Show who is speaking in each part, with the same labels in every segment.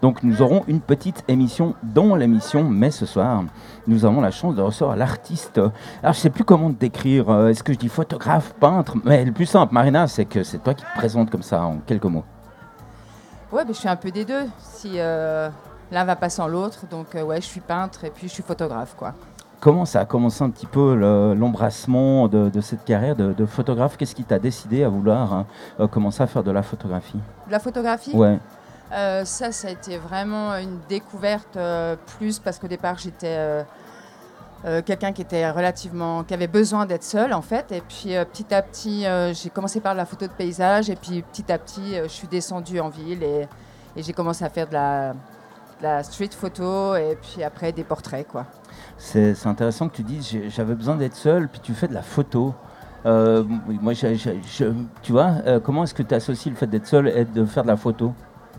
Speaker 1: Donc nous aurons une petite émission dans l'émission, mais ce soir, nous avons la chance de recevoir l'artiste. Alors je ne sais plus comment te décrire, est-ce que je dis photographe, peintre? Mais le plus simple, Marina, c'est que c'est toi qui te présentes comme ça, en quelques mots.
Speaker 2: Ouais, je suis un peu des deux, si l'un va pas sans l'autre. Donc ouais, je suis peintre et puis je suis photographe, quoi.
Speaker 1: Comment ça a commencé un petit peu l'embrassement de cette carrière de photographe? Qu'est-ce qui t'a décidé à vouloir commencer à faire de la photographie?
Speaker 2: De la photographie,
Speaker 1: Ouais.
Speaker 2: ça a été vraiment une découverte plus parce qu'au départ j'étais quelqu'un qui avait besoin d'être seul en fait. Et puis petit à petit, j'ai commencé par la photo de paysage et puis petit à petit, je suis descendue en ville et j'ai commencé à faire de la street photo et puis après des portraits, quoi.
Speaker 1: C'est intéressant que tu dises j'avais besoin d'être seul, puis tu fais de la photo. Moi, tu vois, comment est-ce que tu associes le fait d'être seul et de faire de la photo?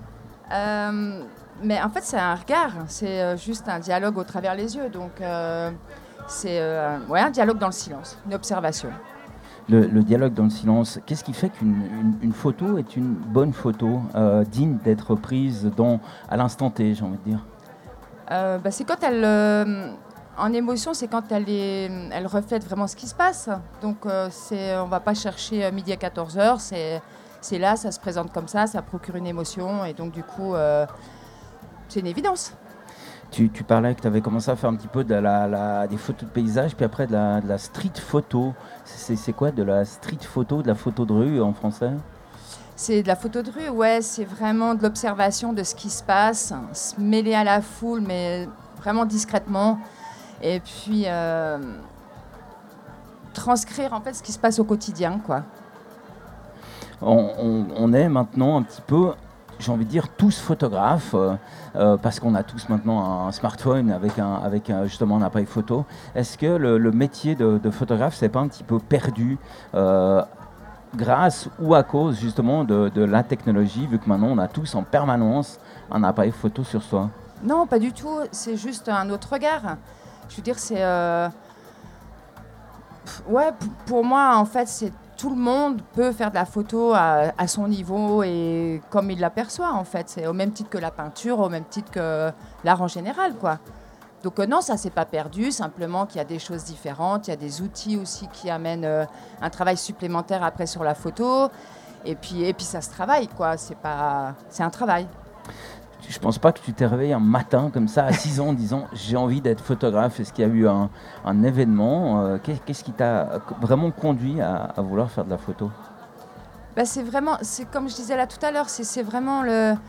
Speaker 2: Mais en fait, c'est un regard, c'est juste un dialogue au travers les yeux. Donc, c'est ouais, un dialogue dans le silence, une observation.
Speaker 1: Le dialogue dans le silence, qu'est-ce qui fait qu'une photo est une bonne photo, digne d'être prise à l'instant T, j'ai envie de dire?
Speaker 2: C'est quand elle, en émotion, c'est quand elle reflète vraiment ce qui se passe. Donc, on ne va pas chercher midi à 14h, c'est là, ça se présente comme ça procure une émotion et donc du coup, c'est une évidence.
Speaker 1: Tu parlais que tu avais commencé à faire un petit peu des photos de paysage, puis après de la street photo. C'est quoi de la street photo, de la photo de rue en français?
Speaker 2: C'est de la photo de rue, ouais, c'est vraiment de l'observation de ce qui se passe, se mêler à la foule, mais vraiment discrètement. Et puis, transcrire en fait ce qui se passe au quotidien, quoi.
Speaker 1: On est maintenant un petit peu, j'ai envie de dire, tous photographes, parce qu'on a tous maintenant un smartphone avec justement un appareil photo. Est-ce que le métier de photographe, c'est pas un petit peu perdu grâce ou à cause justement de la technologie, vu que maintenant on a tous en permanence un appareil photo sur soi?
Speaker 2: Non, pas du tout, c'est juste un autre regard. Je veux dire, c'est... Ouais, pour moi, en fait, c'est tout le monde peut faire de la photo à son niveau et comme il l'aperçoit, en fait. C'est au même titre que la peinture, au même titre que l'art en général, quoi. Donc non, ça c'est pas perdu, simplement qu'il y a des choses différentes, il y a des outils aussi qui amènent un travail supplémentaire après sur la photo, et puis ça se travaille, quoi. C'est un travail.
Speaker 1: Je pense pas que tu t'es réveillé un matin comme ça à 6 ans en disant j'ai envie d'être photographe. Est-ce qu'il y a eu un événement qu'est-ce qui t'a vraiment conduit à vouloir faire de la photo?
Speaker 2: C'est comme je disais là tout à l'heure, c'est vraiment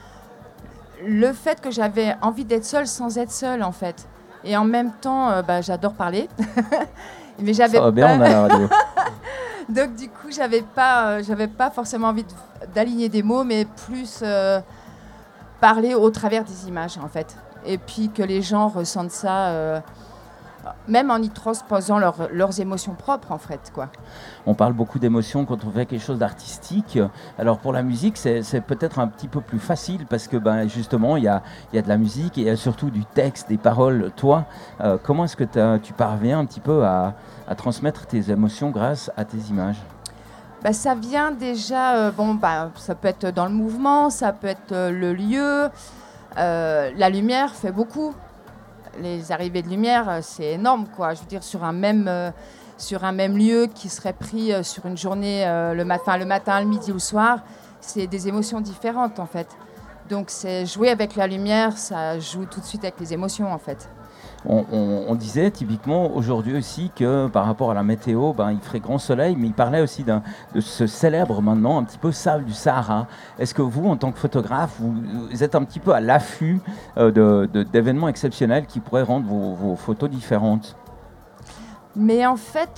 Speaker 2: le fait que j'avais envie d'être seule sans être seule, en fait. Et en même temps, j'adore parler. Mais j'avais
Speaker 1: Ça va bien, on a la radio.
Speaker 2: Donc du coup, j'avais pas forcément envie d'aligner des mots, mais plus parler au travers des images, en fait. Et puis que les gens ressentent ça, même en y transposant leurs émotions propres, en fait, quoi.
Speaker 1: On parle beaucoup d'émotions quand on fait quelque chose d'artistique. Alors pour la musique, c'est peut-être un petit peu plus facile parce que justement, il y a de la musique et il y a surtout du texte, des paroles. Toi, comment est-ce que tu parviens un petit peu à transmettre tes émotions grâce à tes images?
Speaker 2: Ça vient déjà, ça peut être dans le mouvement, ça peut être le lieu. La lumière fait beaucoup. Les arrivées de lumière, c'est énorme, quoi. Je veux dire, sur un même lieu qui serait pris sur une journée, le matin, le midi ou le soir, c'est des émotions différentes, en fait. Donc, c'est jouer avec la lumière, ça joue tout de suite avec les émotions, en fait.
Speaker 1: On disait typiquement aujourd'hui aussi que par rapport à la météo, il ferait grand soleil, mais il parlait aussi de ce célèbre maintenant un petit peu sable du Sahara. Est-ce que vous, en tant que photographe, vous êtes un petit peu à l'affût d'événements exceptionnels qui pourraient rendre vos photos différentes?
Speaker 2: Mais en fait,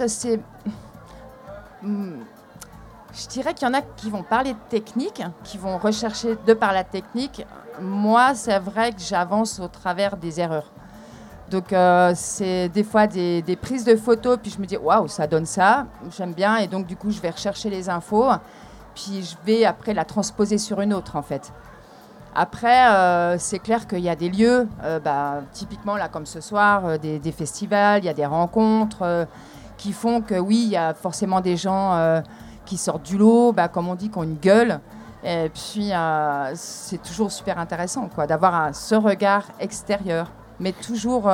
Speaker 2: je dirais qu'il y en a qui vont parler de technique, qui vont rechercher de par la technique. Moi, c'est vrai que j'avance au travers des erreurs. Donc, c'est des fois des prises de photos, puis je me dis, waouh, ça donne ça, j'aime bien. Et donc, du coup, je vais rechercher les infos, puis je vais après la transposer sur une autre, en fait. Après, c'est clair qu'il y a des lieux, typiquement, là, comme ce soir, des festivals, il y a des rencontres qui font que, oui, il y a forcément des gens qui sortent du lot, comme on dit, qui ont une gueule. Et puis, c'est toujours super intéressant, quoi, d'avoir ce regard extérieur, mais toujours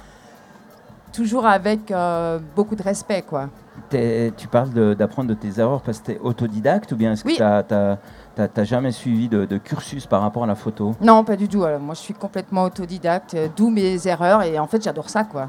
Speaker 2: avec beaucoup de respect, quoi.
Speaker 1: Tu parles d'apprendre de tes erreurs parce que tu es autodidacte ou bien est-ce que
Speaker 2: Oui.
Speaker 1: tu n'as jamais suivi de cursus par rapport à la photo?
Speaker 2: Non, pas du tout. Alors, moi, je suis complètement autodidacte, d'où mes erreurs. Et en fait, j'adore ça, quoi.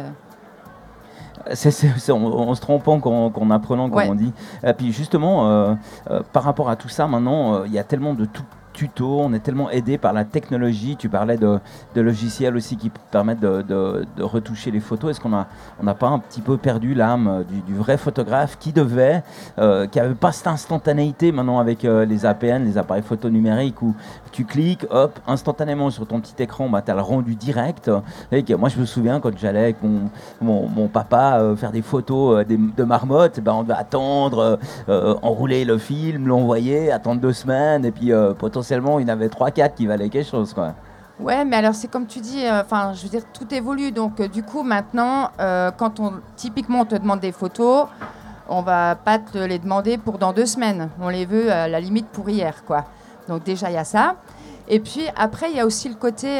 Speaker 1: On se trompant qu'en apprenant, comme
Speaker 2: Ouais.
Speaker 1: on dit. Et puis justement, par rapport à tout ça, maintenant, il y a tellement de tutos, on est tellement aidé par la technologie. Tu parlais de logiciels aussi qui permettent de retoucher les photos. Est-ce qu'on n'a pas un petit peu perdu l'âme du vrai photographe qui n'avait pas cette instantanéité maintenant avec les APN, les appareils photo numériques où tu cliques, hop, instantanément sur ton petit écran, tu as le rendu direct. Et moi, je me souviens quand j'allais avec mon papa faire des photos de marmottes, on devait attendre, enrouler le film, l'envoyer, attendre 2 semaines, et puis potentiellement, il y en avait 3-4 qui valaient quelque chose, quoi.
Speaker 2: Ouais, mais alors c'est comme tu dis, je veux dire, tout évolue. Donc, du coup, maintenant, typiquement, on te demande des photos, on va pas te les demander pour dans 2 semaines. On les veut à la limite pour hier, quoi. Donc, déjà, il y a ça. Et puis, après, il y a aussi le côté...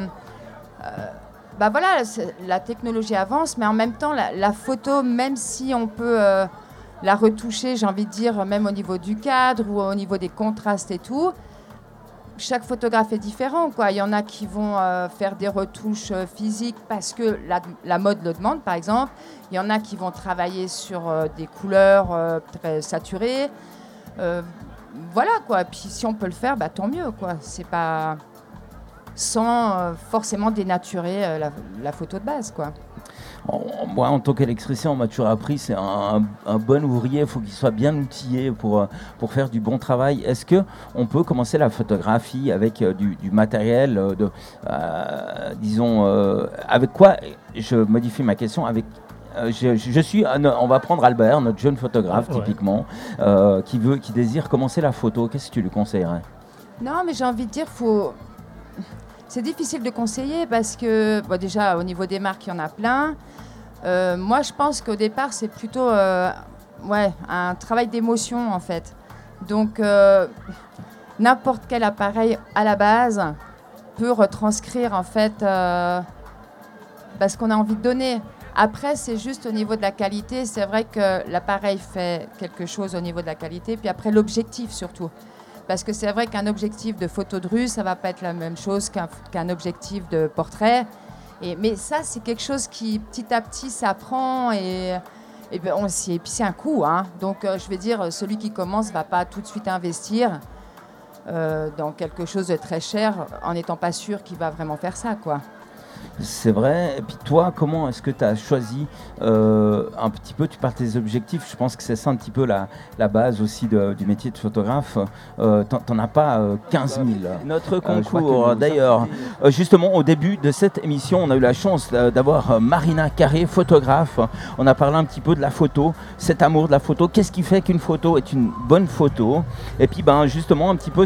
Speaker 2: voilà, la technologie avance, mais en même temps, la photo, même si on peut la retoucher, j'ai envie de dire, même au niveau du cadre ou au niveau des contrastes et tout, chaque photographe est différent, quoi. Il y en a qui vont faire des retouches physiques parce que la mode le demande, par exemple. Il y en a qui vont travailler sur des couleurs très saturées. Voilà, quoi. Puis si on peut le faire, tant mieux, quoi. C'est pas sans forcément dénaturer la photo de base, quoi.
Speaker 1: Moi, en tant qu'électricien, on m'a toujours appris, c'est un bon ouvrier, il faut qu'il soit bien outillé pour faire du bon travail. Est-ce qu'on peut commencer la photographie avec du matériel, disons, avec quoi, je modifie ma question, avec... on va prendre Albert, notre jeune photographe, typiquement, qui désire commencer la photo. Qu'est-ce que tu lui conseillerais?
Speaker 2: Non, mais j'ai envie de dire, c'est difficile de conseiller parce que, déjà, au niveau des marques, il y en a plein. Moi, je pense qu'au départ, c'est plutôt un travail d'émotion, en fait. Donc, n'importe quel appareil, à la base, peut retranscrire, en fait, ce qu'on a envie de donner. Après, c'est juste au niveau de la qualité. C'est vrai que l'appareil fait quelque chose au niveau de la qualité. Puis après, l'objectif, surtout. Parce que c'est vrai qu'un objectif de photo de rue, ça ne va pas être la même chose qu'un objectif de portrait. Mais ça, c'est quelque chose qui, petit à petit, s'apprend. Et puis c'est un coût. Hein. Donc, je vais dire, celui qui commence ne va pas tout de suite investir dans quelque chose de très cher en n'étant pas sûr qu'il va vraiment faire ça, quoi.
Speaker 1: C'est vrai. Et puis toi, comment est-ce que tu as choisi un petit peu, tu parles de tes objectifs, je pense que c'est ça un petit peu la base aussi du métier de photographe. T'en as pas 15 000. Notre concours, d'ailleurs, justement au début de cette émission, on a eu la chance d'avoir Marina Carré, photographe. On a parlé un petit peu de la photo, cet amour de la photo. Qu'est-ce qui fait qu'une photo est une bonne photo? Et puis justement un petit peu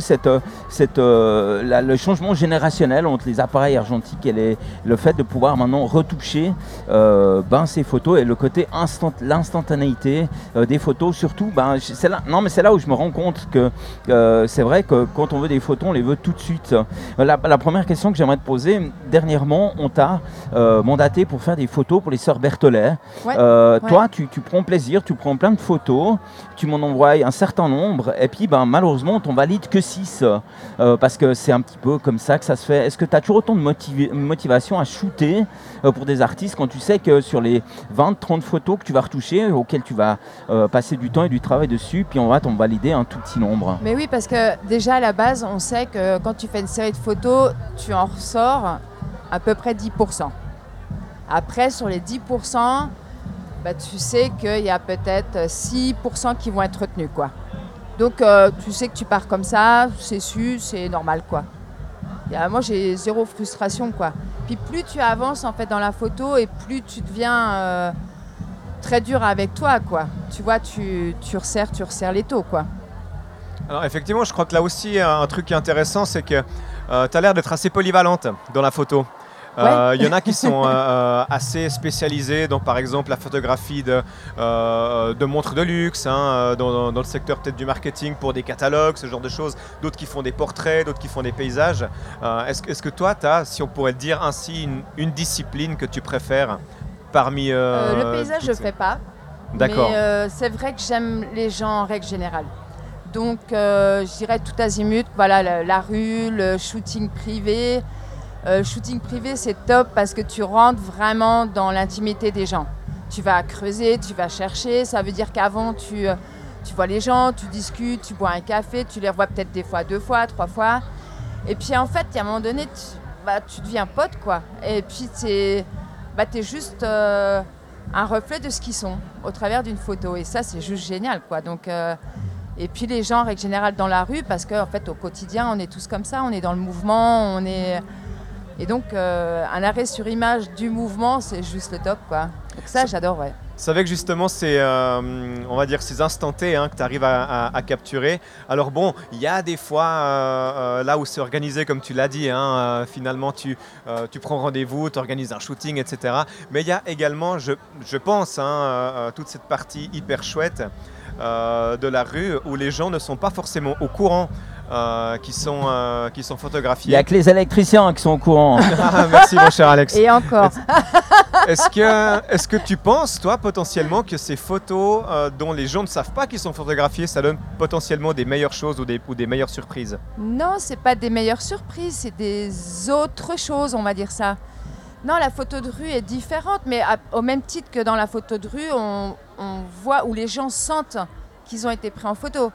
Speaker 1: le changement générationnel entre les appareils argentiques et le fait de pouvoir maintenant retoucher ces photos et le côté l'instantanéité des photos, surtout c'est là où je me rends compte que c'est vrai que quand on veut des photos, on les veut tout de suite. La première question que j'aimerais te poser, dernièrement on t'a mandaté pour faire des photos pour les sœurs Berthollet. Toi tu prends plaisir, tu prends plein de photos, tu m'en envoies un certain nombre et puis malheureusement on t'en valide que 6 parce que c'est un petit peu comme ça que ça se fait. Est-ce que tu as toujours autant de motivation à shooter pour des artistes quand tu sais que sur les 20-30 photos que tu vas retoucher, auxquelles tu vas passer du temps et du travail dessus, puis on va t'en valider un tout petit nombre?
Speaker 2: Mais oui, parce que déjà à la base, on sait que quand tu fais une série de photos, tu en ressors à peu près 10%. Après, sur les 10%, tu sais qu'il y a peut-être 6% qui vont être retenus, quoi. Donc, tu sais que tu pars comme ça, c'est su, c'est normal, quoi. Moi, j'ai zéro frustration, quoi. Puis plus tu avances en fait dans la photo et plus tu deviens très dur avec toi, quoi. Tu vois, tu resserres l'étau, quoi.
Speaker 3: Alors effectivement, je crois que là aussi, un truc qui est intéressant, c'est que tu as l'air d'être assez polyvalente dans la photo.
Speaker 2: Ouais.
Speaker 3: Il y en a qui sont assez spécialisés, donc par exemple la photographie de montres de luxe, hein, dans le secteur peut-être du marketing pour des catalogues, ce genre de choses. D'autres qui font des portraits, d'autres qui font des paysages. Est-ce que toi, tu as, si on pourrait le dire ainsi, une discipline que tu préfères parmi...
Speaker 2: Le paysage, je ne
Speaker 3: toutes
Speaker 2: fais pas.
Speaker 3: D'accord.
Speaker 2: Mais c'est vrai que j'aime les gens en règle générale. Donc, je dirais tout azimut, voilà, la rue, le shooting privé. Shooting privé, c'est top parce que tu rentres vraiment dans l'intimité des gens. Tu vas creuser, tu vas chercher. Ça veut dire qu'avant, tu vois les gens, tu discutes, tu bois un café, tu les revois peut-être des fois 2 fois, 3 fois. Et puis, en fait, à un moment donné, tu deviens pote, quoi. Et puis, t'es juste un reflet de ce qu'ils sont au travers d'une photo. Et ça, c'est juste génial, quoi. Donc, et puis, les gens, en règle générale, dans la rue, parce qu'en fait, au quotidien, on est tous comme ça. On est dans le mouvement, Et donc, un arrêt sur image du mouvement, c'est juste le top, quoi. Donc ça, j'adore, ouais.
Speaker 3: C'est vrai que justement, c'est, on va dire, ces instants T que tu arrives à capturer. Alors bon, il y a des fois, là où c'est organisé, comme tu l'as dit, finalement, tu prends rendez-vous, tu organises un shooting, etc. Mais il y a également, je pense, toute cette partie hyper chouette de la rue où les gens ne sont pas forcément au courant qui sont photographiés.
Speaker 1: Il n'y a que les électriciens qui sont au courant.
Speaker 3: Merci mon cher Alex.
Speaker 2: Et encore.
Speaker 3: Est-ce que tu penses, toi, potentiellement, que ces photos dont les gens ne savent pas qu'ils sont photographiés, ça donne potentiellement des meilleures choses ou des meilleures surprises?
Speaker 2: Non, c'est pas des meilleures surprises, c'est des autres choses, on va dire ça. Non, la photo de rue est différente, mais au même titre que dans la photo de rue, on voit où les gens sentent qu'ils ont été pris en photo.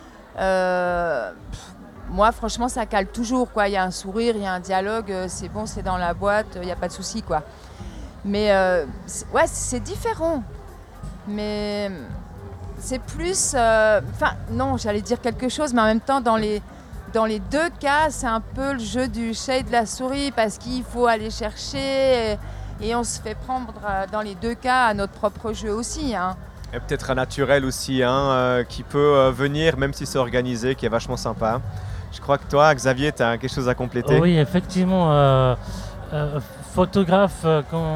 Speaker 2: Moi, franchement, ça cale toujours, quoi. Il y a un sourire, il y a un dialogue, c'est bon, c'est dans la boîte, il n'y a pas de souci, quoi. Mais ouais, c'est différent. Mais c'est plus... non, j'allais dire quelque chose, mais en même temps, dans les 2 cas, c'est un peu le jeu du chat et de la souris, parce qu'il faut aller chercher, et on se fait prendre dans les 2 cas à notre propre jeu aussi, hein.
Speaker 3: Et peut-être un naturel aussi, qui peut venir, même si c'est organisé, qui est vachement sympa. Je crois que toi, Xavier, tu as quelque chose à compléter.
Speaker 4: Oui, effectivement. Photographe,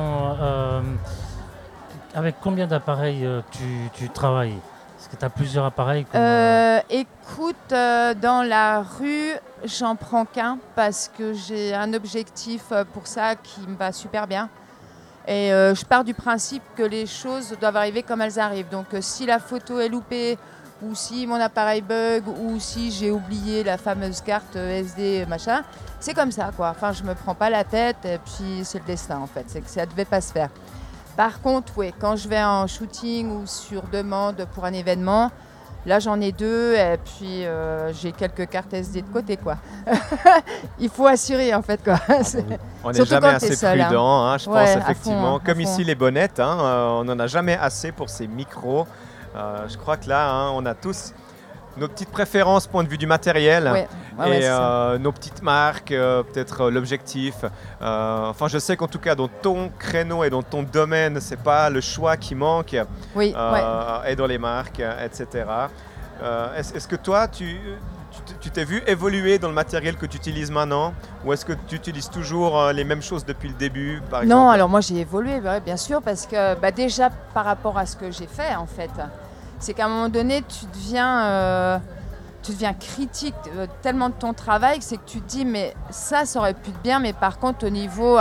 Speaker 4: avec combien d'appareils tu travailles? Est-ce que tu as plusieurs appareils
Speaker 2: Écoute, dans la rue, j'en prends qu'un parce que j'ai un objectif pour ça qui me va super bien. Et je pars du principe que les choses doivent arriver comme elles arrivent. Donc si la photo est loupée, ou si mon appareil bug, ou si j'ai oublié la fameuse carte SD, machin, c'est comme ça, quoi. Enfin, je me prends pas la tête, et puis c'est le destin, en fait. C'est que ça devait pas se faire. Par contre, oui, quand je vais en shooting ou sur demande pour un événement, là, j'en ai 2, et puis j'ai quelques cartes SD de côté, quoi. Il faut assurer, en fait, quoi.
Speaker 3: On n'est jamais assez
Speaker 2: seul,
Speaker 3: prudent, je pense,
Speaker 2: Ouais,
Speaker 3: effectivement.
Speaker 2: à fond.
Speaker 3: Comme ici, les bonnettes, on n'en a jamais assez pour ces micros. Je crois que là, on a tous nos petites préférences, point de vue du matériel, et nos petites marques, peut-être l'objectif. Enfin, je sais qu'en tout cas, dans ton créneau et dans ton domaine, c'est pas le choix qui manque,
Speaker 2: Oui,
Speaker 3: et dans les marques, etc. Est-ce que toi, tu t'es vu évoluer dans le matériel que tu utilises maintenant, ou est-ce que tu utilises toujours les mêmes choses depuis le début, par exemple?
Speaker 2: Non, alors moi j'ai évolué, bien sûr, parce que déjà par rapport à ce que j'ai fait, en fait, c'est qu'à un moment donné, tu deviens critique tellement de ton travail, c'est que tu te dis, mais ça aurait pu être bien, mais par contre, au niveau,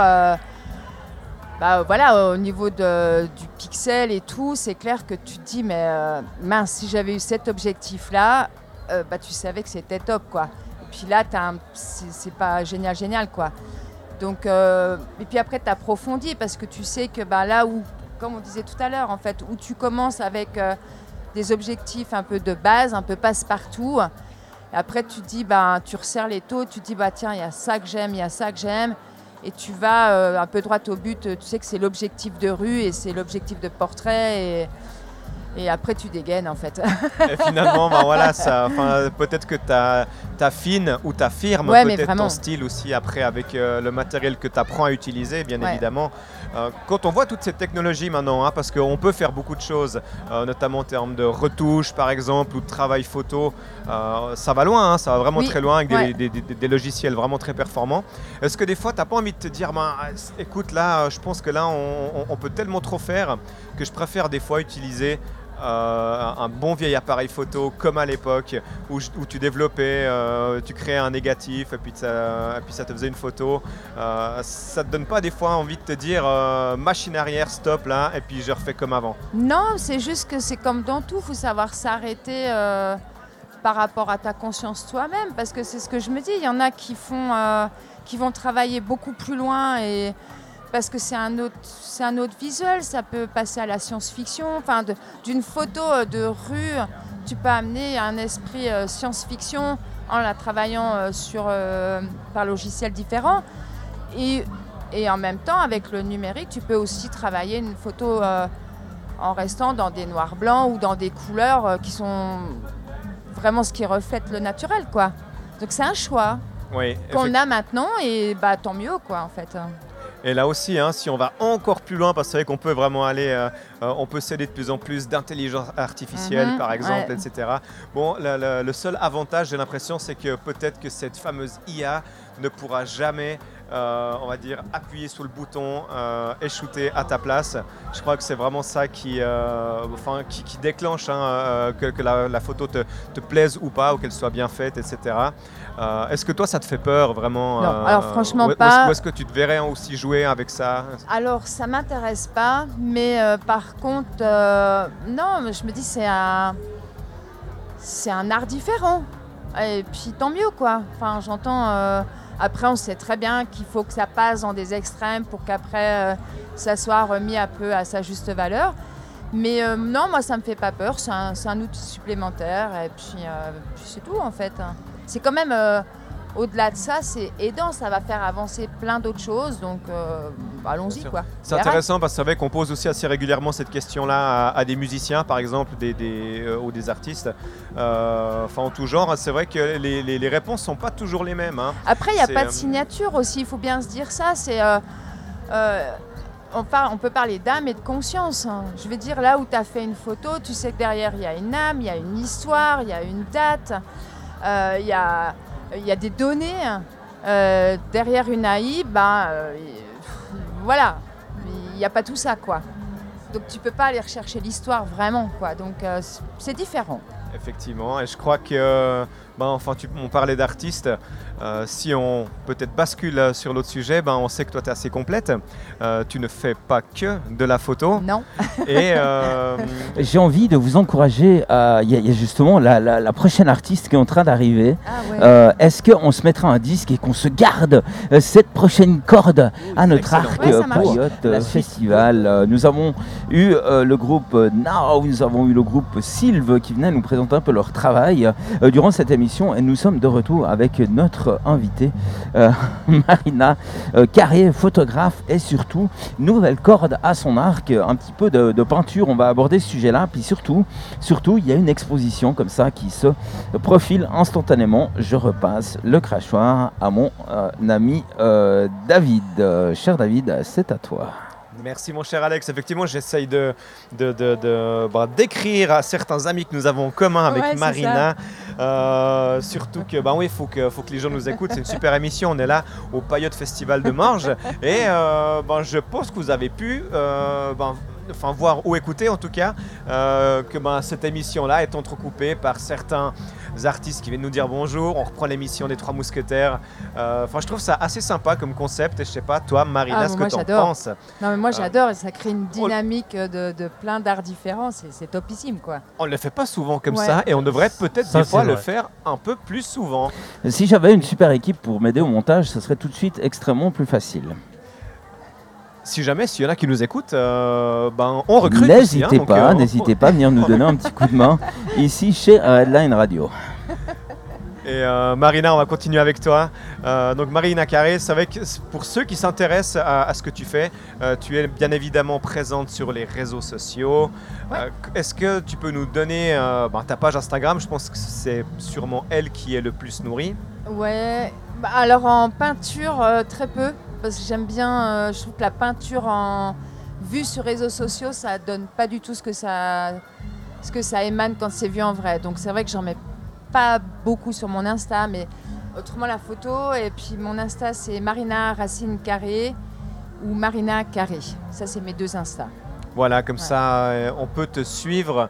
Speaker 2: au niveau du pixel et tout, c'est clair que tu te dis, mais mince, si j'avais eu cet objectif-là, tu savais que c'était top, quoi. Et puis là, c'est pas génial, quoi. Donc, et puis après, tu approfondis parce que tu sais que là où, comme on disait tout à l'heure, en fait, où tu commences avec des objectifs un peu de base, un peu passe-partout. Et après, tu dis, tu resserres les taux, tu dis, tiens, il y a ça que j'aime, il y a ça que j'aime. Et tu vas un peu droit au but. Tu sais que c'est l'objectif de rue et c'est l'objectif de portrait. Et après, tu dégaines en fait.
Speaker 3: Et finalement, voilà, peut-être que t'affines ou t'affirmes peut-être ton style aussi après avec le matériel que tu apprends à utiliser, bien évidemment. Quand on voit toutes ces technologies maintenant, parce qu'on peut faire beaucoup de choses, notamment en termes de retouche par exemple ou de travail photo, ça va loin, ça va vraiment très loin avec des logiciels vraiment très performants. Est-ce que des fois, tu n'as pas envie de te dire, écoute, là, je pense que là, on peut tellement trop faire que je préfère des fois utiliser un bon vieil appareil photo comme à l'époque où tu développais, tu créais un négatif et puis ça te faisait une photo. Ça te donne pas des fois envie de te dire machine arrière, stop là et puis je refais comme avant?
Speaker 2: Non, c'est juste que c'est comme dans tout, il faut savoir s'arrêter par rapport à ta conscience toi-même, parce que c'est ce que je me dis, il y en a qui vont travailler beaucoup plus loin et parce que c'est un autre visuel, ça peut passer à la science-fiction. Enfin, d'une photo de rue, tu peux amener un esprit science-fiction en la travaillant par logiciels différents. Et en même temps, avec le numérique, tu peux aussi travailler une photo en restant dans des noirs blancs ou dans des couleurs qui sont vraiment ce qui reflète le naturel, quoi. Donc c'est un choix qu'on a maintenant et tant mieux, quoi, en fait.
Speaker 3: Et là aussi, si on va encore plus loin, parce que c'est vrai qu'on peut vraiment aller, on peut s'aider de plus en plus d'intelligence artificielle, par exemple, etc. Bon, le seul avantage, j'ai l'impression, c'est que peut-être que cette fameuse IA ne pourra jamais, on va dire, appuyer sur le bouton et shooter à ta place. Je crois que c'est vraiment ça qui déclenche que la photo te plaise ou pas, ou qu'elle soit bien faite, etc. Est-ce que toi, ça te fait peur vraiment?
Speaker 2: Non, alors franchement pas.
Speaker 3: Ou est-ce que tu te verrais aussi jouer avec ça?
Speaker 2: Alors, ça m'intéresse pas, mais par contre, non, je me dis c'est un art différent. Et puis tant mieux, quoi. Enfin, j'entends. Après, on sait très bien qu'il faut que ça passe dans des extrêmes pour qu'après ça soit remis un peu à sa juste valeur. Mais non, moi, ça me fait pas peur. C'est un outil supplémentaire. Et puis c'est tout, en fait. C'est quand même, au-delà de ça, c'est aidant. Ça va faire avancer plein d'autres choses. Donc, allons-y, quoi.
Speaker 3: C'est intéressant parce que c'est vrai qu'on pose aussi assez régulièrement cette question-là à des musiciens, par exemple, ou des artistes. En tout genre. C'est vrai que les réponses ne sont pas toujours les mêmes.
Speaker 2: Après, il n'y a pas de signature aussi. Il faut bien se dire ça. C'est... on peut parler d'âme et de conscience. Je veux dire, là où tu as fait une photo, tu sais que derrière, il y a une âme, il y a une histoire, il y a une date, il y a des données. Derrière une AI, voilà, il n'y a pas tout ça, quoi. Donc tu ne peux pas aller rechercher l'histoire vraiment, quoi. Donc c'est différent.
Speaker 3: Effectivement, et je crois que, on parlait d'artistes, si on peut-être bascule sur l'autre sujet, on sait que toi tu es assez complète, tu ne fais pas que de la photo.
Speaker 2: Non.
Speaker 3: Et
Speaker 1: j'ai envie de vous encourager, il y a justement la prochaine artiste qui est en train d'arriver. Est-ce qu'on se mettra un disque et qu'on se garde cette prochaine corde à notre arc Poyote Festival? Nous avons eu le groupe Now, nous avons eu le groupe Sylve qui venait nous présenter un peu leur travail durant cette émission, et nous sommes de retour avec notre invitée Marina Carrier, photographe et surtout nouvelle corde à son arc, un petit peu de peinture. On va aborder ce sujet-là, puis surtout il y a une exposition comme ça qui se profile instantanément. Je repasse le crachoir à mon ami David. Cher David, c'est à toi.
Speaker 3: Merci mon cher Alex. Effectivement, j'essaye d'écrire à certains amis que nous avons en commun avec Marina. Surtout que, il faut que les gens nous écoutent. C'est une super émission. On est là au Poyote Festival de Morges. Et je pense que vous avez pu voir ou écouter en tout cas que cette émission-là est entrecoupée par certains artistes qui viennent nous dire bonjour. On reprend l'émission des Trois Mousquetaires. Je trouve ça assez sympa comme concept. Et je sais pas, toi, Marina, ce que tu en penses?
Speaker 2: Non, mais moi j'adore. Ça crée une dynamique de plein d'arts différents. C'est topissime, quoi.
Speaker 3: On ne le fait pas souvent comme ça, et on devrait peut-être des fois le faire un peu plus souvent.
Speaker 1: Si j'avais une super équipe pour m'aider au montage, ça serait tout de suite extrêmement plus facile.
Speaker 3: Si jamais, s'il y en a qui nous écoutent, on recrute.
Speaker 1: N'hésitez pas à venir nous donner un petit coup de main ici chez Headline Radio.
Speaker 3: Et Marina, on va continuer avec toi. Donc Marina Carré, c'est vrai que pour ceux qui s'intéressent à ce que tu fais, tu es bien évidemment présente sur les réseaux sociaux.
Speaker 2: Ouais.
Speaker 3: Est-ce que tu peux nous donner ta page Instagram? Je pense que c'est sûrement elle qui est le plus nourrie.
Speaker 2: Ouais, alors en peinture, très peu, parce que j'aime bien, je trouve que la peinture vue sur réseaux sociaux, ça donne pas du tout ce que ça émane quand c'est vu en vrai. Donc c'est vrai que j'en mets pas beaucoup sur mon Insta, mais autrement la photo. Et puis mon Insta, c'est Marina Racine Carré ou Marina Carré. Ça, c'est mes 2 Insta.
Speaker 3: Voilà, comme ça, on peut te suivre.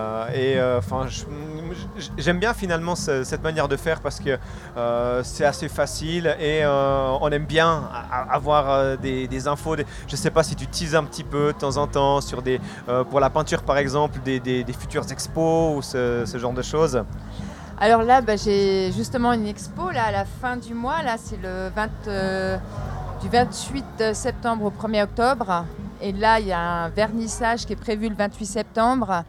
Speaker 3: J'aime bien finalement cette manière de faire parce que c'est assez facile et on aime bien avoir des infos. Je ne sais pas si tu teases un petit peu de temps en temps sur pour la peinture par exemple, des futures expos ou ce genre de choses.
Speaker 2: Alors là, j'ai justement une expo là, à la fin du mois. Là, c'est du 28 septembre au 1er octobre. Et là, il y a un vernissage qui est prévu le 28 septembre.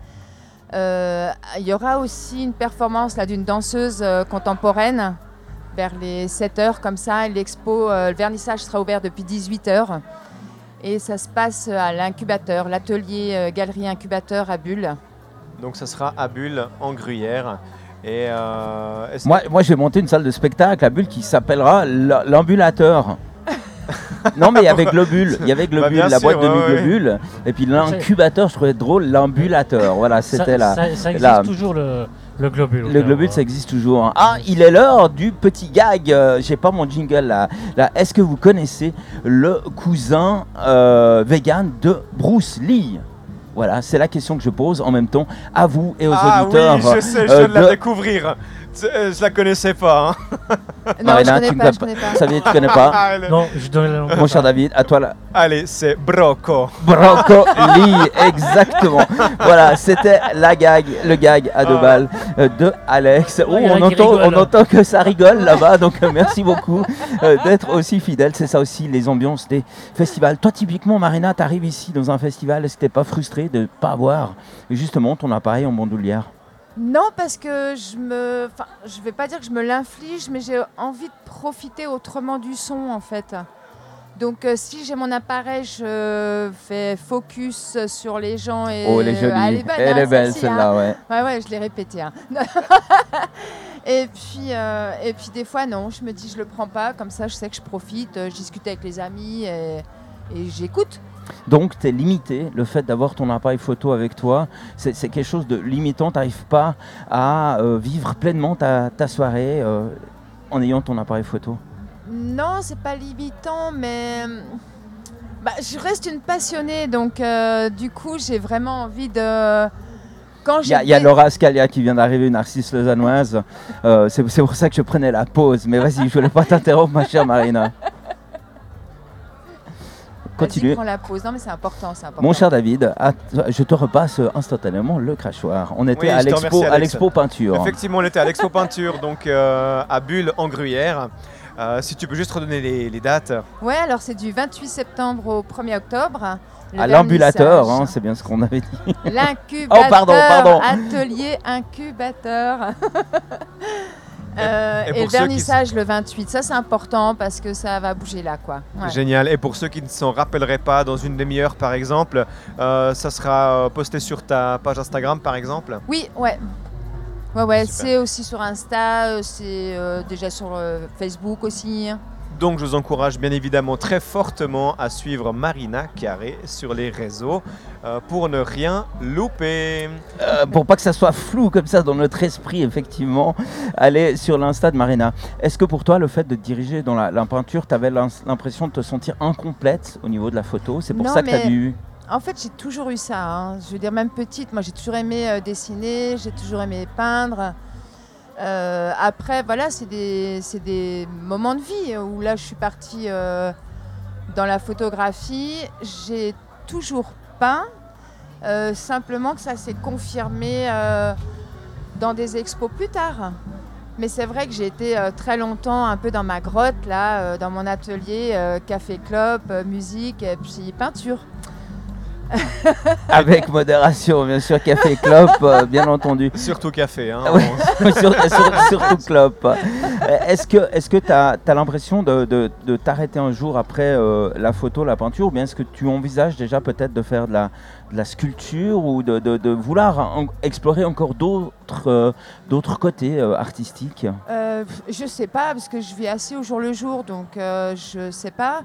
Speaker 2: Il y aura aussi une performance là, d'une danseuse contemporaine vers les 7h comme ça. L'expo, le vernissage sera ouvert depuis 18h. Et ça se passe à l'incubateur, l'atelier Galerie Incubateur à Bulle.
Speaker 3: Donc ça sera à Bulle, en Gruyère. Et
Speaker 1: Moi, j'ai monté une salle de spectacle à Bulle qui s'appellera l'ambulateur. Non, mais il y avait Globule, la boîte de nuit Globule, et puis l'incubateur, je trouvais drôle, l'ambulateur. Voilà, c'était
Speaker 4: ça existe toujours le Globule.
Speaker 1: Le Globule, ça existe toujours. Hein. Ah, il est l'heure du petit gag. J'ai pas mon jingle là. Est-ce que vous connaissez le cousin vegan de Bruce Lee? Voilà, c'est la question que je pose en même temps à vous et aux auditeurs.
Speaker 3: Oui, je sais, je viens de la découvrir. Je la connaissais pas. Hein.
Speaker 2: Non, Marina, je connais pas.
Speaker 1: Ça vient, tu connais pas?
Speaker 4: Non, je donne le nom.
Speaker 1: Mon cher David, à toi là.
Speaker 3: Allez, c'est Brocco.
Speaker 1: Brocoli, exactement. Voilà, c'était le gag à 2 balles de Alex. Oh, on entend que ça rigole là-bas, donc merci beaucoup d'être aussi fidèle. C'est ça aussi les ambiances des festivals. Toi, typiquement, Marina, tu arrives ici dans un festival, est-ce que t'es pas frustrée de ne pas avoir justement ton appareil en bandoulière?
Speaker 2: Non, parce que je vais pas dire que je me l'inflige, mais j'ai envie de profiter autrement du son en fait. Donc si j'ai mon appareil, je fais focus sur les gens et
Speaker 1: oh, elle est jolie, elle est belle celle-là, ouais.
Speaker 2: Ouais, je l'ai répété. Hein. et puis des fois non, je me dis je le prends pas, comme ça je sais que je profite, je discute avec les amis et j'écoute.
Speaker 1: Donc, tu es limité, le fait d'avoir ton appareil photo avec toi, c'est quelque chose de limitant, tu n'arrives pas à vivre pleinement ta soirée en ayant ton appareil photo?
Speaker 2: Non, c'est pas limitant, mais je reste une passionnée, donc du coup, j'ai vraiment envie de...
Speaker 1: Il y a Laura Scalia qui vient d'arriver, une artiste lausannoise, c'est pour ça que je prenais la pause, mais vas-y, je ne voulais pas t'interrompre, ma chère Marina. Continue.
Speaker 2: Prends la pause. Non, mais c'est important.
Speaker 1: Mon cher David, je te repasse instantanément le crachoir. On était à l'Expo Peinture.
Speaker 3: Effectivement, on était à l'Expo Peinture, donc à Bulle, en Gruyère. Si tu peux juste redonner les dates.
Speaker 2: Ouais, alors c'est du 28 septembre au 1er octobre.
Speaker 1: À l'ambulateur, hein, c'est bien ce qu'on avait dit.
Speaker 2: L'incubateur.
Speaker 1: Oh, pardon.
Speaker 2: Atelier incubateur. Et le vernissage le 28, ça c'est important parce que ça va bouger là, quoi. Ouais.
Speaker 3: Génial. Et pour ceux qui ne s'en rappelleraient pas, dans une demi-heure par exemple, ça sera posté sur ta page Instagram par exemple?
Speaker 2: Oui, ouais, c'est aussi sur Insta, c'est déjà sur Facebook aussi.
Speaker 3: Donc je vous encourage bien évidemment très fortement à suivre Marina Carré sur les réseaux pour ne rien louper.
Speaker 1: Pour pas que ça soit flou comme ça dans notre esprit, effectivement, allez sur l'Insta de Marina. Est-ce que pour toi, le fait de te diriger dans la peinture, tu avais l'impression de te sentir incomplète au niveau de la photo? C'est pour ça que tu as dû...
Speaker 2: En fait, j'ai toujours eu ça. Hein. Je veux dire, même petite, moi j'ai toujours aimé dessiner, j'ai toujours aimé peindre. Après, voilà, c'est des moments de vie où là, je suis partie dans la photographie. J'ai toujours peint, simplement que ça s'est confirmé dans des expos plus tard. Mais c'est vrai que j'ai été très longtemps un peu dans ma grotte, là, dans mon atelier, café clope, musique et puis peinture.
Speaker 1: Avec modération, bien sûr, café et clope, bien entendu.
Speaker 3: Surtout café. Hein,
Speaker 1: Ouais, surtout clope. Est-ce que tu as l'impression de t'arrêter un jour après la photo, la peinture, ou bien est-ce que tu envisages déjà peut-être de faire de la sculpture ou de vouloir explorer encore d'autres côtés artistiques?
Speaker 2: Je sais pas, parce que je vis assez au jour le jour, donc je sais pas.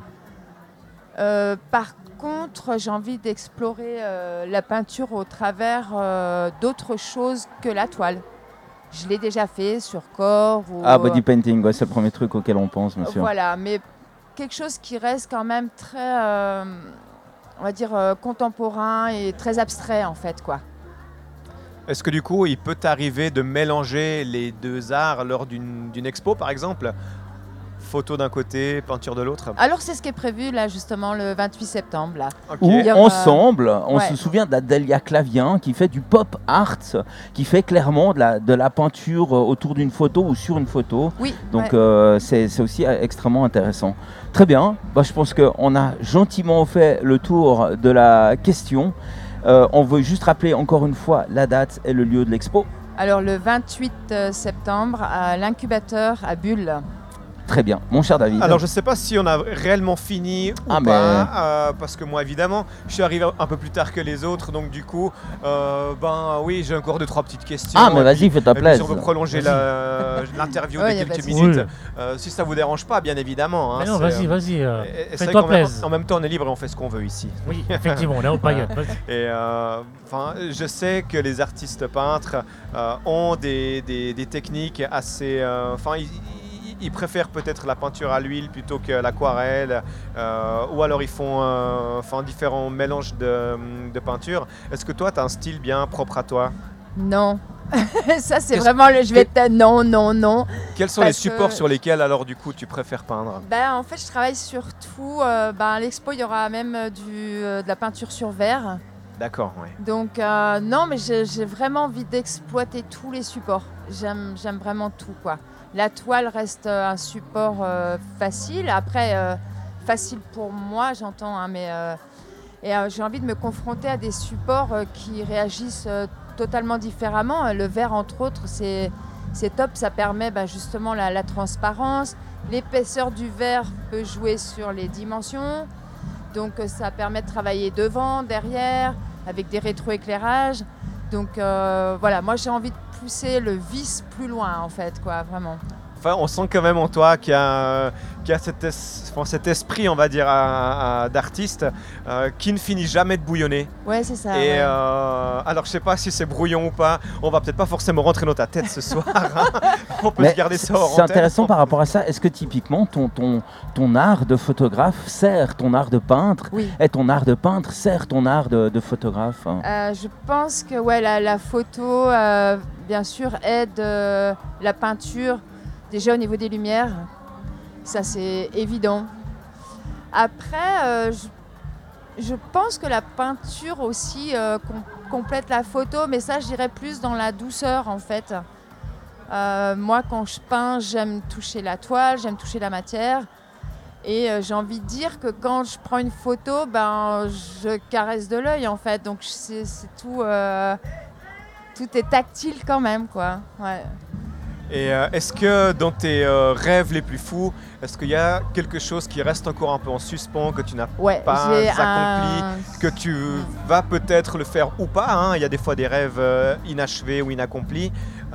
Speaker 2: Par contre, j'ai envie d'explorer la peinture au travers d'autres choses que la toile. Je l'ai déjà fait sur corps.
Speaker 1: Body painting, ouais, c'est le premier truc auquel on pense, bien sûr.
Speaker 2: Voilà, mais quelque chose qui reste quand même très, on va dire, contemporain et très abstrait en fait, quoi.
Speaker 3: Est-ce que du coup, il peut t'arriver de mélanger les deux arts lors d'une expo, par exemple? Photo d'un côté, peinture de l'autre?
Speaker 2: Alors c'est ce qui est prévu là justement le 28 septembre là.
Speaker 3: Ok.
Speaker 1: Où
Speaker 2: Il y aura-
Speaker 1: ensemble, on
Speaker 2: Ouais.
Speaker 1: se souvient d'Adèlia Clavien qui fait du pop art, qui fait clairement de la peinture autour d'une photo ou sur une photo.
Speaker 2: Oui.
Speaker 1: Donc
Speaker 2: ouais.
Speaker 1: c'est aussi extrêmement intéressant. Très bien, je pense qu'on a gentiment fait le tour de la question. On veut juste rappeler encore une fois la date et le lieu de l'expo.
Speaker 2: Alors le 28 septembre à l'incubateur à Bulle.
Speaker 1: Très bien, mon cher David.
Speaker 3: Alors je sais pas si on a réellement fini ou
Speaker 1: Ah,
Speaker 3: pas, parce que moi évidemment je suis arrivé un peu plus tard que les autres, donc du coup oui, j'ai encore 2-3 petites questions.
Speaker 1: Ah mais
Speaker 3: Et
Speaker 1: vas-y,
Speaker 3: puis-
Speaker 1: fais-toi
Speaker 3: et puis
Speaker 1: plaisir.
Speaker 3: si on veut prolonger l'interview
Speaker 2: Ouais,
Speaker 3: de
Speaker 2: y a pas
Speaker 3: quelques
Speaker 2: de
Speaker 3: minutes,
Speaker 4: souci.
Speaker 3: si ça vous dérange pas, bien évidemment.
Speaker 4: Mais non,
Speaker 3: c'est,
Speaker 4: vas-y,
Speaker 3: et c'est vrai
Speaker 4: fais-toi
Speaker 3: qu'en même-
Speaker 4: plaisir.
Speaker 3: En même temps, on est libre et on fait ce qu'on veut ici.
Speaker 4: Oui, effectivement, on est au paillettes. Vas-y.
Speaker 3: Et je sais que les artistes peintres ont des techniques assez. Ils préfèrent peut-être la peinture à l'huile plutôt que l'aquarelle, ou alors ils font différents mélanges de peinture. Est-ce que toi, tu as un style bien propre à toi?
Speaker 2: Non. Ça c'est
Speaker 3: Qu'est-ce-
Speaker 2: vraiment le je vais te non non non.
Speaker 3: Quels sont les
Speaker 2: Parce
Speaker 3: supports
Speaker 2: que-
Speaker 3: sur lesquels alors du coup tu préfères peindre?
Speaker 2: En fait je travaille surtout à l'expo il y aura même de la peinture sur verre.
Speaker 3: D'accord, ouais.
Speaker 2: Donc non mais j'ai vraiment envie d'exploiter tous les supports. J'aime vraiment tout quoi. La toile reste un support facile. Après facile pour moi j'entends hein, mais j'ai envie de me confronter à des supports qui réagissent totalement différemment. Le verre entre autres c'est top, ça permet justement la transparence. L'épaisseur du verre peut jouer sur les dimensions. Donc ça permet de travailler devant, derrière, avec des rétroéclairages. Donc voilà, moi j'ai envie de pousser le vice plus loin en fait, quoi, vraiment.
Speaker 3: Enfin, on sent quand même en toi qu'il y a cet esprit, on va dire, d'artiste qui ne finit jamais de bouillonner.
Speaker 2: Ouais, c'est ça.
Speaker 3: Et
Speaker 2: ouais.
Speaker 3: alors, je sais pas si c'est brouillon ou pas. On va peut-être pas forcément rentrer dans ta tête ce soir. Hein. On peut se garder ça hors
Speaker 1: c'est
Speaker 3: antenne.
Speaker 1: intéressant par rapport à ça. Est-ce que typiquement ton art de photographe sert ton art de peintre
Speaker 2: Oui.
Speaker 1: et ton art de peintre sert ton art de photographe?
Speaker 2: Je pense que ouais, la photo, bien sûr, aide la peinture déjà au niveau des lumières. Ça, c'est évident. Après, je pense que la peinture aussi complète la photo, mais ça, je dirais plus dans la douceur, en fait. Moi, quand je peins, j'aime toucher la toile, j'aime toucher la matière. Et j'ai envie de dire que quand je prends une photo, je caresse de l'œil, en fait. Donc, c'est tout... tout est tactile quand même, quoi. Ouais.
Speaker 3: Et est-ce que dans tes rêves les plus fous, est-ce qu'il y a quelque chose qui reste encore un peu en suspens, que tu n'as
Speaker 2: Ouais,
Speaker 3: pas
Speaker 2: j'ai
Speaker 3: accompli, que tu vas peut-être le faire ou pas, hein? Il y a des fois des rêves inachevés ou inaccomplis.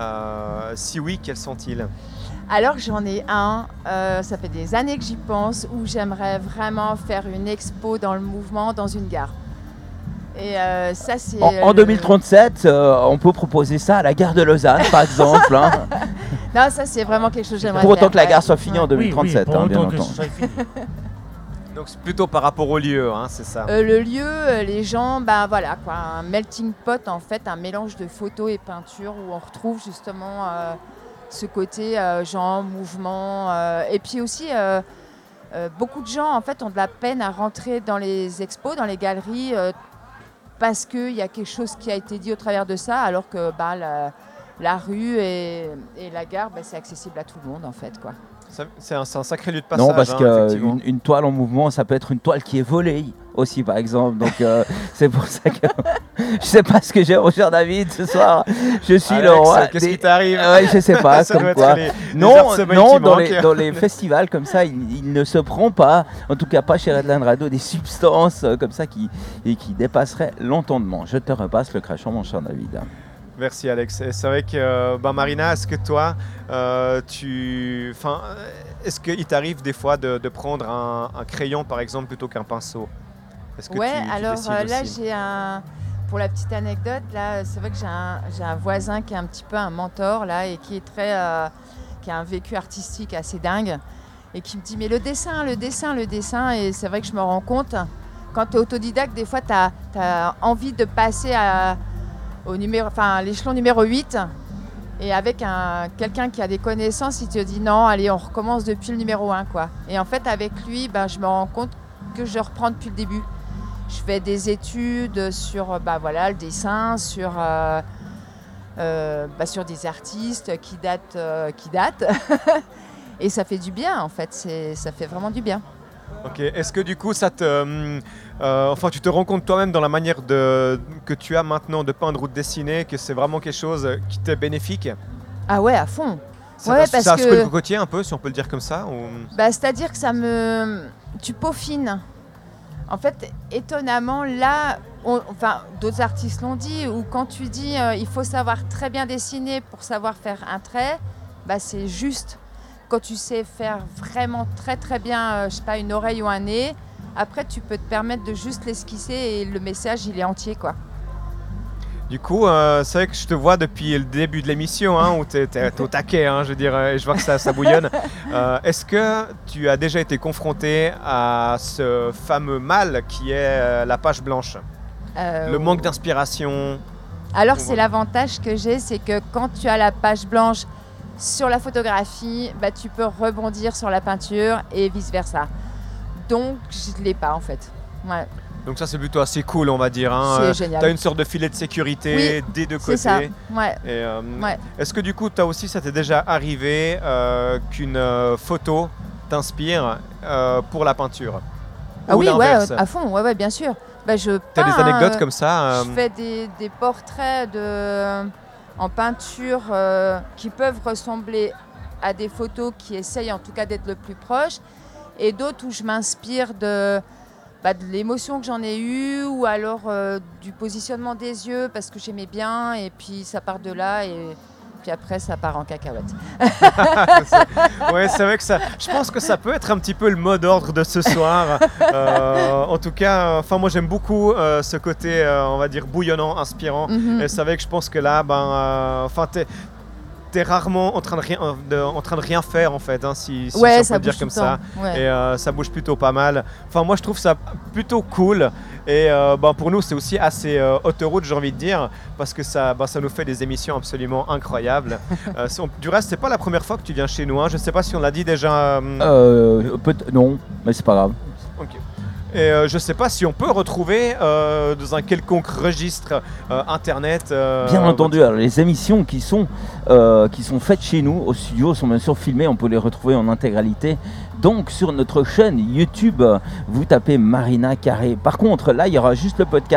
Speaker 3: Si oui, quels sont-ils?
Speaker 2: Alors j'en ai un, ça fait des années que j'y pense, où j'aimerais vraiment faire une expo dans le mouvement, dans une gare. Et ça c'est...
Speaker 1: En 2037, on peut proposer ça à la gare de Lausanne, par exemple. Hein.
Speaker 2: Non, ça c'est vraiment quelque chose que j'aimerais
Speaker 1: Pour autant
Speaker 2: faire,
Speaker 1: que la
Speaker 2: ouais.
Speaker 1: gare soit finie en
Speaker 2: Ouais.
Speaker 1: 2037,
Speaker 4: pour
Speaker 1: hein, bien
Speaker 4: autant que
Speaker 1: entendu.
Speaker 4: ce soit fini.
Speaker 3: Donc c'est plutôt par rapport au lieu, hein, c'est ça?
Speaker 2: Le lieu, les gens, voilà quoi, un melting pot en fait, un mélange de photos et peintures où on retrouve justement ce côté gens, mouvement, et puis aussi beaucoup de gens en fait ont de la peine à rentrer dans les expos, dans les galeries, parce qu'il y a quelque chose qui a été dit au travers de ça, alors que la rue et la gare, c'est accessible à tout le monde en fait, quoi.
Speaker 3: C'est un sacré lieu de passage.
Speaker 1: Non, parce
Speaker 3: hein,
Speaker 1: qu'une
Speaker 3: effectivement.
Speaker 1: une toile en mouvement, ça peut être une toile qui est volée aussi, par exemple. Donc, c'est pour ça que je sais pas ce que j'ai, mon cher David, ce soir. Je suis
Speaker 3: Alex,
Speaker 1: le roi.
Speaker 3: qu'est-ce qui t'arrive?
Speaker 1: Je sais pas,
Speaker 3: Ça
Speaker 1: comme
Speaker 3: doit
Speaker 1: quoi.
Speaker 3: être les
Speaker 1: Non,
Speaker 3: heures de sommeil qui
Speaker 1: dans
Speaker 3: manquent.
Speaker 1: les festivals comme ça, il ne se prend pas, en tout cas pas chez Redline Radio, des substances comme ça qui dépasseraient l'entendement. Je te repasse le crachon, mon cher David.
Speaker 3: Merci Alex. Et c'est vrai que Marina, est-ce que toi, est-ce qu'il t'arrive des fois de prendre un crayon par exemple plutôt qu'un pinceau? Est-ce que
Speaker 2: Ouais,
Speaker 3: tu
Speaker 2: alors
Speaker 3: dessines
Speaker 2: là
Speaker 3: aussi?
Speaker 2: pour la petite anecdote, là c'est vrai que j'ai un voisin qui est un petit peu un mentor là et qui est qui a un vécu artistique assez dingue et qui me dit mais le dessin et c'est vrai que je me rends compte quand tu es autodidacte des fois tu as envie de passer l'échelon numéro 8 et avec quelqu'un qui a des connaissances, il te dit non, allez, on recommence depuis le numéro 1 quoi. Et en fait avec lui, je me rends compte que je reprends depuis le début. Je fais des études sur le dessin, sur des artistes qui datent. Et ça fait du bien en fait, ça fait vraiment du bien.
Speaker 3: Ok, est-ce que du coup ça tu te rends compte toi-même dans la manière que tu as maintenant de peindre ou de dessiner que c'est vraiment quelque chose qui t'est bénéfique?
Speaker 2: Ah ouais, à fond.
Speaker 3: Ça
Speaker 2: Ouais,
Speaker 3: a
Speaker 2: parce
Speaker 3: secoué
Speaker 2: que
Speaker 3: le cocotier un peu, si on peut le dire comme ça ou...
Speaker 2: c'est-à-dire que tu peaufines. En fait, étonnamment, là, d'autres artistes l'ont dit, ou quand tu dis il faut savoir très bien dessiner pour savoir faire un trait, c'est juste. Quand tu sais faire vraiment très très bien, une oreille ou un nez, après tu peux te permettre de juste l'esquisser et le message il est entier quoi.
Speaker 3: Du coup, c'est vrai que je te vois depuis le début de l'émission, où tu es au taquet, je veux dire, et je vois que ça bouillonne. Est-ce que tu as déjà été confronté à ce fameux mal qui est la page blanche? Le manque d'inspiration?
Speaker 2: Alors c'est l'avantage que j'ai, c'est que quand tu as la page blanche sur la photographie, tu peux rebondir sur la peinture et vice-versa. Donc je ne l'ai pas en fait. Ouais.
Speaker 3: Donc ça c'est plutôt assez cool on va dire.
Speaker 2: C'est génial.
Speaker 3: Tu as une sorte de filet de sécurité des deux côtés.
Speaker 2: C'est ça. Ouais.
Speaker 3: Et,
Speaker 2: ouais.
Speaker 3: Est-ce que du coup ça t'est déjà arrivé qu'une photo t'inspire pour la peinture?
Speaker 2: Ah oui,
Speaker 3: l'inverse?
Speaker 2: à fond, ouais, bien sûr. Tu
Speaker 3: as des anecdotes comme ça?
Speaker 2: Je fais des portraits en peinture qui peuvent ressembler à des photos qui essayent en tout cas d'être le plus proche et d'autres où je m'inspire de l'émotion que j'en ai eue ou alors du positionnement des yeux parce que j'aimais bien et puis ça part de là et puis après ça part en cacahuète.
Speaker 3: Ouais, c'est vrai que je pense que ça peut être un petit peu le mot d'ordre de ce soir. En tout cas, moi j'aime beaucoup ce côté, on va dire, bouillonnant, inspirant.
Speaker 2: Mm-hmm.
Speaker 3: Et c'est vrai que je pense que là, t'es rarement en train de rien faire en fait, si on peut le dire comme ça.
Speaker 2: Ouais.
Speaker 3: Et ça bouge plutôt pas mal. Moi je trouve ça plutôt cool. Et pour nous c'est aussi assez autoroute, j'ai envie de dire, parce que ça nous fait des émissions absolument incroyables. Du reste, c'est pas la première fois que tu viens chez nous. Je sais pas si on l'a dit déjà.
Speaker 1: Non, mais c'est pas grave.
Speaker 3: Ok. Et je ne sais pas si on peut retrouver dans un quelconque registre internet.
Speaker 1: Bien entendu, alors, les émissions qui sont faites chez nous au studio sont bien sûr filmées, on peut les retrouver en intégralité. Donc sur notre chaîne YouTube, vous tapez Marina Carré. Par contre, là, il y aura juste le podcast.